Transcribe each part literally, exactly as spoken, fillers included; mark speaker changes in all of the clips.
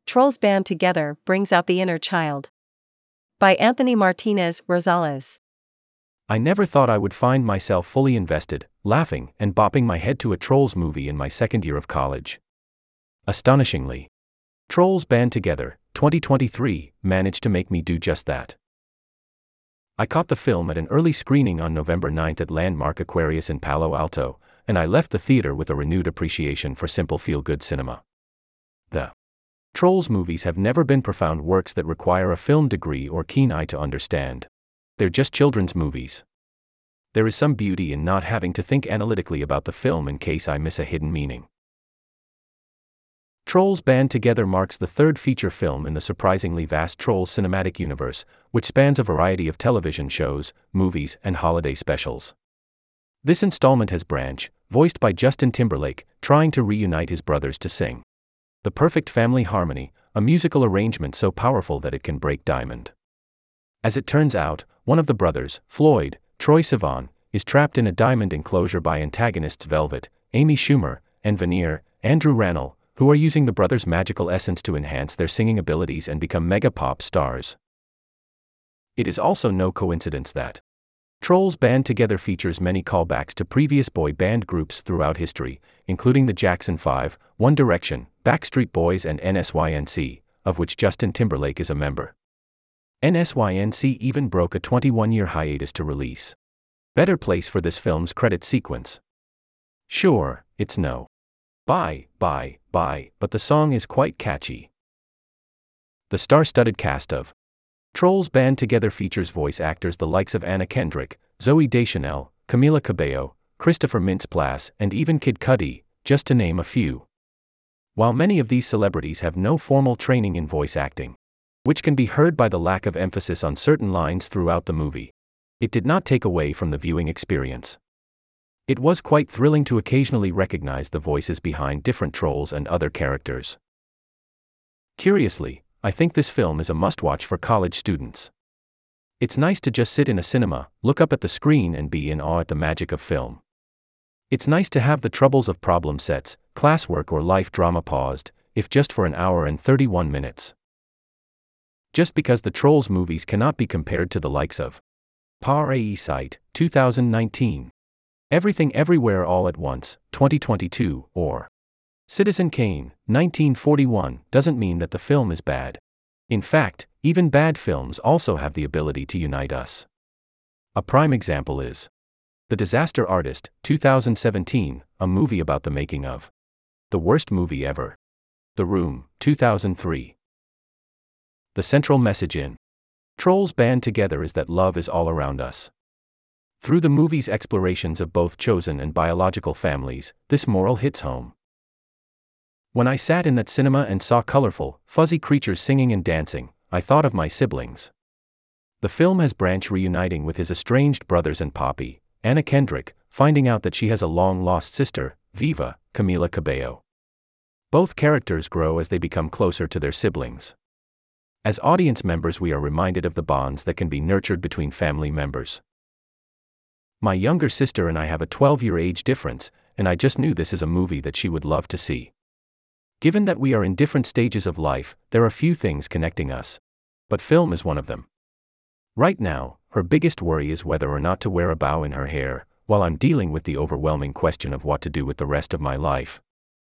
Speaker 1: Trolls Band Together Brings Out the Inner Child. By Anthony Martinez Rosales.
Speaker 2: I never thought I would find myself fully invested, laughing and bopping my head to a Trolls movie in my second year of college. Astonishingly, Trolls Band Together, twenty twenty-three, managed to make me do just that. I caught the film at an early screening on November ninth at Landmark Aquarius in Palo Alto, and I left the theater with a renewed appreciation for simple feel-good cinema. The Trolls movies have never been profound works that require a film degree or keen eye to understand. They're just children's movies. There is some beauty in not having to think analytically about the film in case I miss a hidden meaning. Trolls Band Together marks the third feature film in the surprisingly vast Trolls cinematic universe, which spans a variety of television shows, movies, and holiday specials. This installment has Branch, voiced by Justin Timberlake, trying to reunite his brothers to sing the perfect family harmony, a musical arrangement so powerful that it can break diamond. As it turns out, one of the brothers, Floyd, Troye Sivan, is trapped in a diamond enclosure by antagonists Velvet, Amy Schumer, and Veneer, Andrew Rannell, who are using the brothers' magical essence to enhance their singing abilities and become mega pop stars. It is also no coincidence that Trolls Band Together features many callbacks to previous boy band groups throughout history, including the Jackson five, One Direction, Backstreet Boys and N S Y N C, of which Justin Timberlake is a member. N S Y N C even broke a twenty-one-year hiatus to release Better Place for this film's credit sequence. Sure, it's no bye, bye, bye, but the song is quite catchy. The star-studded cast of Trolls Band Together features voice actors the likes of Anna Kendrick, Zooey Deschanel, Camila Cabello, Christopher Mintz-Plasse, and even Kid Cudi, just to name a few. While many of these celebrities have no formal training in voice acting, which can be heard by the lack of emphasis on certain lines throughout the movie, it did not take away from the viewing experience. It was quite thrilling to occasionally recognize the voices behind different trolls and other characters. Curiously, I think this film is a must-watch for college students. It's nice to just sit in a cinema, look up at the screen and be in awe at the magic of film. It's nice to have the troubles of problem sets, classwork or life drama paused, if just for an hour and thirty-one minutes. Just because the Trolls movies cannot be compared to the likes of Parasite, two thousand nineteen, Everything Everywhere All at Once, twenty twenty-two, or Citizen Kane, nineteen forty-one, doesn't mean that the film is bad. In fact, even bad films also have the ability to unite us. A prime example is The Disaster Artist, two thousand seventeen, a movie about the making of the worst movie ever. The Room, two thousand three. The central message in Trolls Band Together is that love is all around us. Through the movie's explorations of both chosen and biological families, this moral hits home. When I sat in that cinema and saw colorful, fuzzy creatures singing and dancing, I thought of my siblings. The film has Branch reuniting with his estranged brothers and Poppy, Anna Kendrick, finding out that she has a long-lost sister, Viva, Camila Cabello. Both characters grow as they become closer to their siblings. As audience members, we are reminded of the bonds that can be nurtured between family members. My younger sister and I have a twelve-year age difference, and I just knew this is a movie that she would love to see. Given that we are in different stages of life, there are few things connecting us. But film is one of them. Right now, her biggest worry is whether or not to wear a bow in her hair, while I'm dealing with the overwhelming question of what to do with the rest of my life.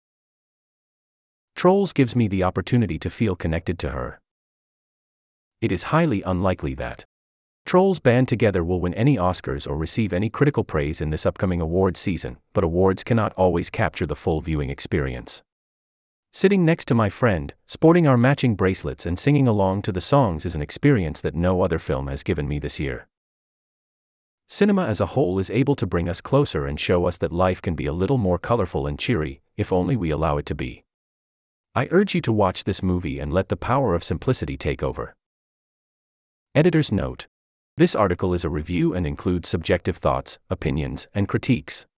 Speaker 2: Trolls gives me the opportunity to feel connected to her. It is highly unlikely that Trolls Band Together will win any Oscars or receive any critical praise in this upcoming award season, but awards cannot always capture the full viewing experience. Sitting next to my friend, sporting our matching bracelets and singing along to the songs is an experience that no other film has given me this year. Cinema as a whole is able to bring us closer and show us that life can be a little more colorful and cheery, if only we allow it to be. I urge you to watch this movie and let the power of simplicity take over. Editor's note: this article is a review and includes subjective thoughts, opinions, and critiques.